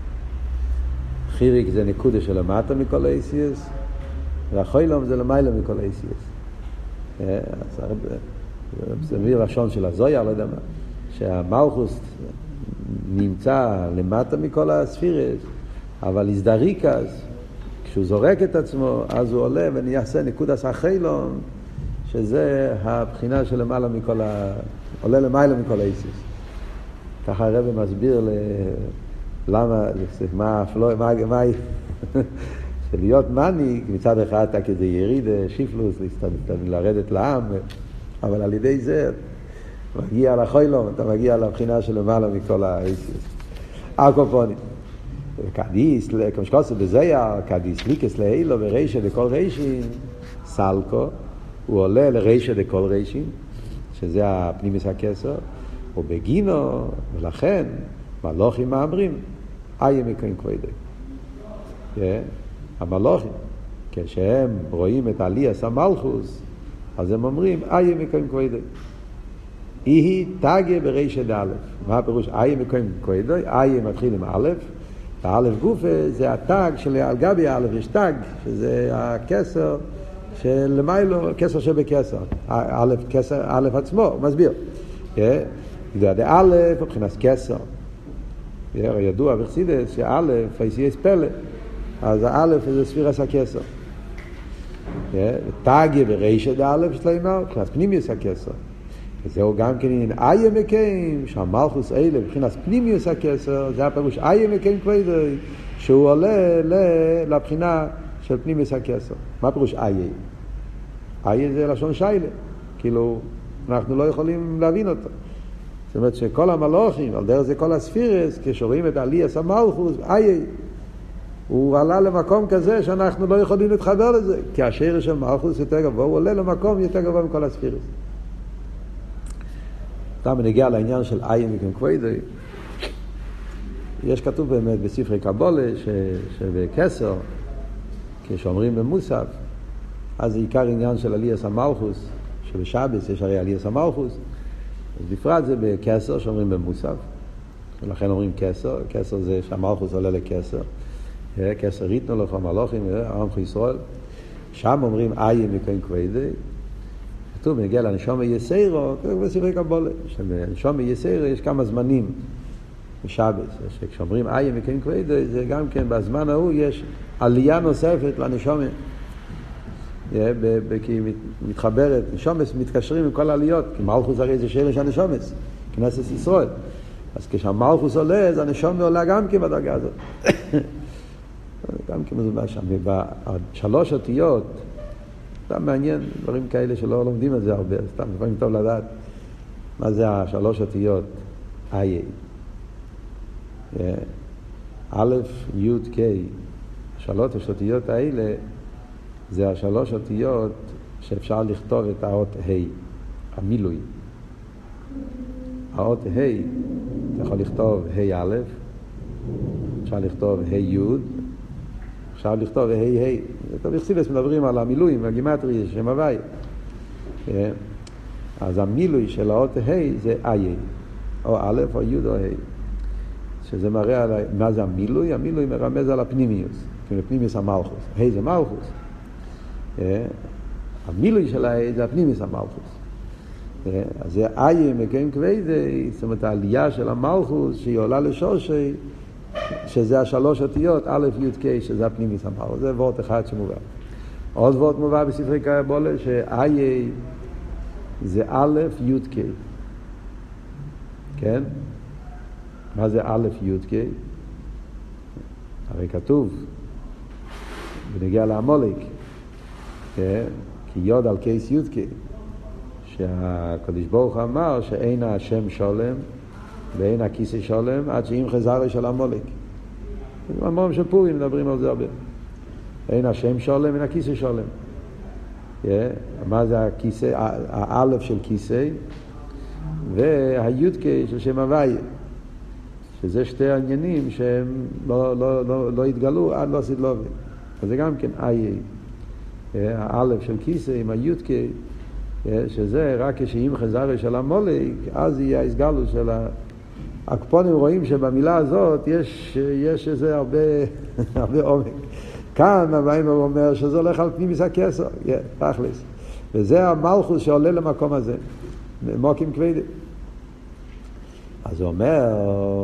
חיריק זה נקודה של למטה מכל האיסיוס, והחוילום זה למעלה מכל האיסיוס. אז הרב, זה מביא לשון של הזויה, לא יודע מה, שהמלכוס נמצא למטה מכל הספירס, אבל הזדריקס, כשהוא זורק את עצמו, אז הוא עולה ונעשה נקודת החילון, שזה הבחינה של למעלה מכל ה... עולה למעלה מכל האיסיוס. ככה הרב מסביר ל... למה, מה, מה, מה, מה, שלהיות מניק, מצד אחד אתה כזה יריד, שיפלוס, לרדת לעם, אבל על ידי זה, מגיע לחוילום, אתה מגיע לבחינה של למעלה מכל האיסיוס. הקופונים. קדיס, כמו שקוסו בזיה, קדיס ליקס להילו ורישה דכל רישים, סלקו, הוא עולה לרישה דכל רישים, שזה הפנימיס הכסר, ובגינו, ולכן, מלוכים מאמרים, איה מקרים כבודי. המלוכים, כשהם רואים את עליית המלכוס, אז הם אומרים, איה מקרים כבודי. היא תגה ברישא ד'. מה הפירוש? איה מקוים קוידוי, איה מתחיל עם א', האלף גופה זה התג של על גבי האלף, יש תג, שזה הכסר של מיילו, כסר שבכסר. א', כסר, א' עצמו, הוא מסביר. זה א', מבחינת כסר. ידוע בחסידות שא', פייסייס פלא, אז הא' זה ספירס הכסר. תגיה ברישא ד' שלמה, מבחינת פנימיוס הכסר. וזהו גם כן אין איה מקיים, שהמלכוס אלה מבחינת פנימיוס הכסר, זה הפירוש איה מקיים כבדי, שהוא עולה לבחינה של פנימיוס הכסר. מה פירוש איה? איה זה לשון שיילה, כאילו אנחנו לא יכולים להבין אותו. זאת אומרת שכל המלוכים, על דרך זה כל הספירס, כשרואים את עליית המלכוס, איה, הוא עלה למקום כזה שאנחנו לא יכולים להתחבר לזה, כי השרש של מלכוס יותר גבוה, הוא עולה למקום יותר גבוה מכל הספירס. אתה מנגיע לעניין של איה מקיים כבדי, יש כתוב באמת בספרי קבולה שבקסר, כשאומרים במוסף, אז זה עיקר עניין של עליית המלכוס, שבשבס יש הרי עליית המלכוס, אז בפרט זה בקסר שאומרים במוסף, ולכן אומרים קסר, קסר זה שהמלכוס עולה לקסר, קסר ריתנו לך המלוכים, עמך ישראל, שם אומרים איה מקיים כבדי, כתוב מנגיע לנשום יסיירו, כתוב בספרי קבולה, שבנשום יסיירו יש כמה זמנים בשבס, שכשאומרים איה מקיים כבדי, זה גם כן בזמן ההוא יש עלייה נוספת לנשום, כי מתחברת, נשומס מתקשרים עם כל העליות, כי מלכוס הרי זה שרש הנשומס, כנסת ישראל, אז כשהמלכוס עולה, אז הנשום עולה גם כן בדרגה הזאת. גם כן מזובה שם, ובשלוש אותיות, סתם מעניין, דברים כאלה שלא לומדים את זה הרבה, סתם לפעמים טוב לדעת מה זה השלוש אותיות, איה. א', י', ק', השלוש אותיות האלה, זה השלוש אותיות שאפשר לכתוב את האות ה', המילוי. האות ה', אתה יכול לכתוב ה' א', אפשר לכתוב ה' י', אפשר לכתוב ה' ה'. טוב, יחסידס מדברים על המילואים, הגימטרי, שם הוואי. אז המילוי של האות ה' זה איה, או א', או י', או ה'. שזה מראה על מה זה המילוי, המילוי מרמז על הפנימיוס, כאילו פנימיוס המלכוס. ה' זה מלכוס. המילוי של ה' זה הפנימיוס המלכוס. אז זה איה מקיים כבדי, זאת אומרת העלייה של המלכוס שהיא עולה לשורשי, שזה השלוש אותיות, א', י', ק', שזה הפנימיוס המלכוס. זה וורט אחד שמובא. עוד וורט מובא בספרי קבולה, שאיה זה א', י', ק'. כן? מה זה א', י', ק'? הרי כתוב, ונגיע לעמולק, כי יוד על קייס י', ק', שהקדוש ברוך אמר שאין השם שולם ואין הכיסא שולם עד שאם חזר של המולק. במאמרים של פורים מדברים על זה הרבה. אין השם שולם, אין הכיסא שולם. מה זה הכיסא? האלף של כיסא והיודקה של שם הוויה. שזה שתי העניינים שהם לא, לא, לא, לא התגלו עד לא עשית לובי. אז זה גם כן איה. האלף של כיסא עם היודקה, שזה רק כשאם חזר של המולק, אז יהיה הסגלו של ה... הקפונים רואים שבמילה הזאת יש, יש איזה הרבה, הרבה עומק. כאן המיימר אומר שזה הולך על פנימיוס הכסר, תכלס. וזה המלכוס שעולה למקום הזה, מוקים כבדים. אז הוא אומר,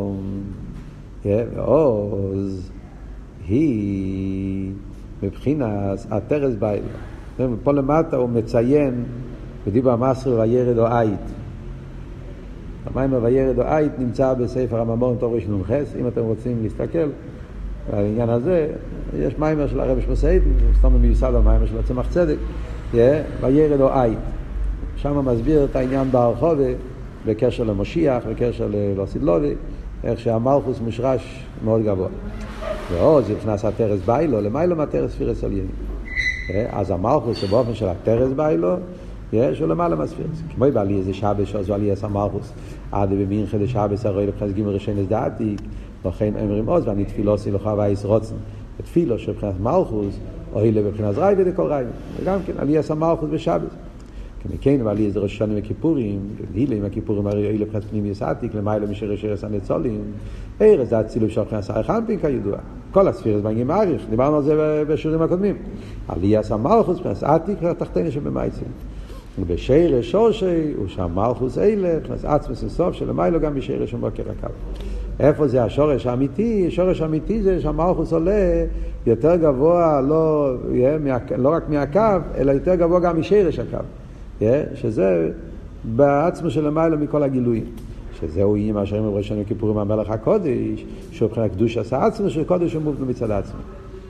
ועוז היא מבחינת התרס בייל. פה למטה הוא מציין, בדיבר המסר וירד או עית. המיימר וירד או עית נמצא בספר הממורים תור ראשון חס. אם אתם רוצים להסתכל על העניין הזה, יש מיימר של הרב שמסעית, סתם מיוסד על מיימר של הצמח צדק, וירד או עית. שם מסביר את העניין בהרחובה, בקשר למשיח, בקשר לסידלובי, איך שהמלכוס מושרש מאוד גבוה. ועוד זה נכנס התרס ביילו, למיילו מהתרס ספירס עלייני. אז המלכוס זה באופן של התרס ביילו, יש הוא למעלה מהספירס. כמו בעלי איזה שבש, אז עלי יש המלכוס, עד במינכה לשבש הרואי לבחס גימר ראשון הסדעתי, לכן אמרים עוז, ואני תפילו עשי לך וייס רוצן, ותפילו שבחס מלכוס, או הילה בבחינת ראי ודכל ראי. וגם כן, עלי יש המלכוס בשבש. כמכן ועלי איזה ראש השנה וכיפורים, הילה עם הכיפורים הרי הילה בחץ פנימי יסעתיק, למעלה משרש ארץ הנצולים, ארץ זה הצילוב של מבחינת שר החנפין כידוע. כל הספירס בנגים מעריך, דיברנו על זה בשיעורים הקודמים. עליית המלכוס מבחינת עתיק התחתונה שבמייצים. ובשרש שורשי הוא שהמלכוס אלה, מבחינת עצמס הסוף שלמעלה גם בשרש ומבקר הקו. איפה זה השורש האמיתי? השורש האמיתי זה שהמלכוס עולה יותר גבוה, לא, לא רק מהקו, אלא יותר גבוה גם משרש הקו. שזה בעצמו של המעלה מכל הגילויים. שזהו יהיה מה שאומרים בראשון וכיפורים המלך הקודש, שהוא מבחינת קדוש עשה עצמו, שקודש הוא מובן מצד עצמו.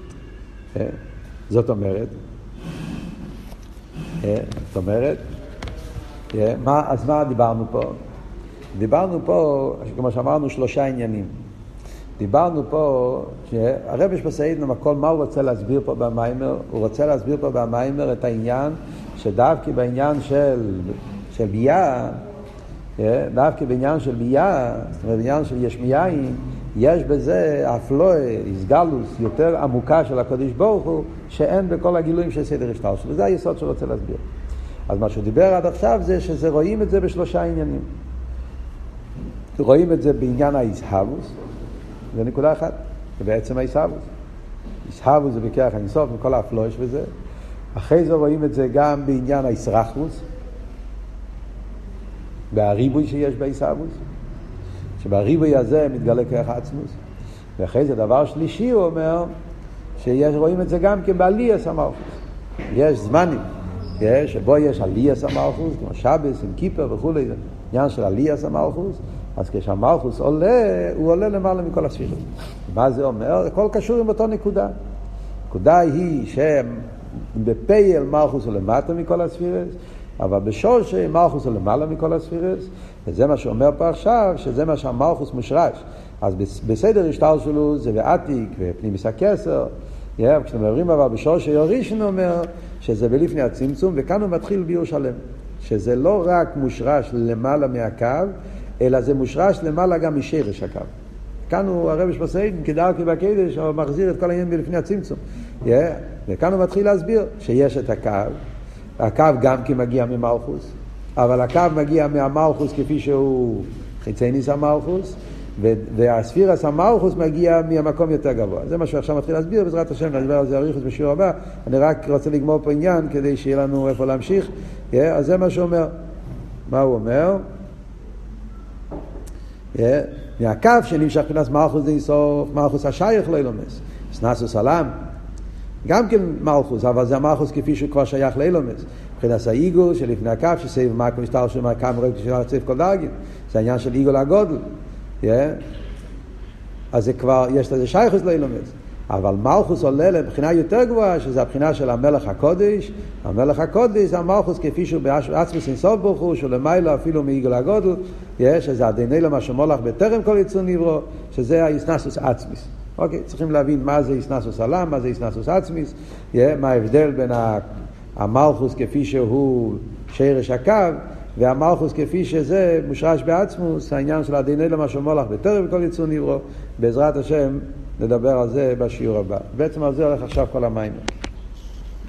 זאת אומרת, זאת אומרת, אז מה דיברנו פה? דיברנו פה, כמו שאמרנו, שלושה עניינים. דיברנו פה, שהרב יש בסעידנו הכל, מה הוא רוצה להסביר פה במיימר? הוא רוצה להסביר פה במיימר את העניין, שדווקא בעניין של, של בייה, דווקא בעניין של בייה, זאת אומרת, בעניין של יש מיין, יש בזה אפלואה, הסגלוס, יותר עמוקה של הקדוש ברוך הוא, שאין בכל הגילויים של סדר השטר שלו. וזה היסוד שהוא רוצה להסביר. אז מה שהוא דיבר עד עכשיו זה שזה רואים את זה בשלושה עניינים. רואים את זה בעניין הישהבוס, זה נקודה אחת, זה בעצם הישהבוס. הישהבוס זה בכרך האינסוף, מכל האפלואה וזה. אחרי זה רואים את זה גם בעניין הישרחבוס, בהריבוי שיש בישהבוס, שבריבוי הזה מתגלה כרך העצמוס. ואחרי זה דבר שלישי הוא אומר, שרואים את זה גם כן בעלייס המלכות. יש זמנים, יש, שבו יש עלייס המלכות, כמו שבס, עם כיפר וכו', עניין של עלייס המלכות, אז כשהמלכות עולה, הוא עולה למעלה מכל הספירות. מה זה אומר? הכל קשור עם אותו נקודה. נקודה היא שבפייל מלכות הוא למטה מכל הספירות, אבל בשורש מלכות הוא למעלה מכל הספירות, וזה מה שאומר פה עכשיו, שזה מה שהמלכות מושרש. אז בסדר השטר שלו זה ועתיק ופנימיס הכסר, כשאתם מדברים אבל בשורש יורישן אומר שזה בלפני הצמצום, וכאן הוא מתחיל ביור שלם, שזה לא רק מושרש למעלה מהקו, אלא זה מושרש למעלה גם משרש הקו. כאן הוא הרב שבסעיד, כדאר כבקדש, הוא מחזיר את כל העניין בלפני הצמצום. וכאן הוא מתחיל להסביר שיש את הקו, הקו גם כי מגיע ממלכוס, אבל הקו מגיע מהמלכוס כפי שהוא חיצייניס המלכוס, והספירס המלכוס מגיע מהמקום יותר גבוה. זה מה שעכשיו מתחיל להסביר, בעזרת השם, נדבר על זה אריכות בשיעור הבא. אני רק רוצה לגמור פה עניין כדי שיהיה לנו איפה להמשיך. אז זה מה שהוא אומר. מה הוא אומר? מהקו שנמשך פנס מלכוס זה יסוף, מלכוס השייך לא ילומס. סנסוס עלם, גם כן מלכוס, אבל זה המלכוס כפי שהוא כבר שייך לאילומס. מבחינת האיגול שלפני הקו, שסייב מקום משטר של מקום רואה כשאלה לצריף כל דרגים. זה העניין של איגול הגודל. אז זה כבר, יש לזה שייכוס לאילומס. אבל מלכוס עולה לבחינה יותר גבוהה, שזה הבחינה של המלך הקודש. המלך הקודש זה המלכוס כפי שהוא בעצמס אינסוף ברוך הוא, שהוא למעלה אפילו מאיגול הגודל, שזה עדיני למה שמולך בטרם כל יצור נברו, שזה היסנסוס עצמיס. אוקיי, צריכים להבין מה זה יסנסוס עלם, מה זה יסנסוס עצמיס, מה ההבדל בין המלכוס כפי שהוא שרש הקו, והמלכוס כפי שזה מושרש בעצמוס, העניין של עדיני למה שמולך בטרם כל יצור נברו. בעזרת השם נדבר על זה בשיעור הבא. בעצם על זה הולך עכשיו כל המים.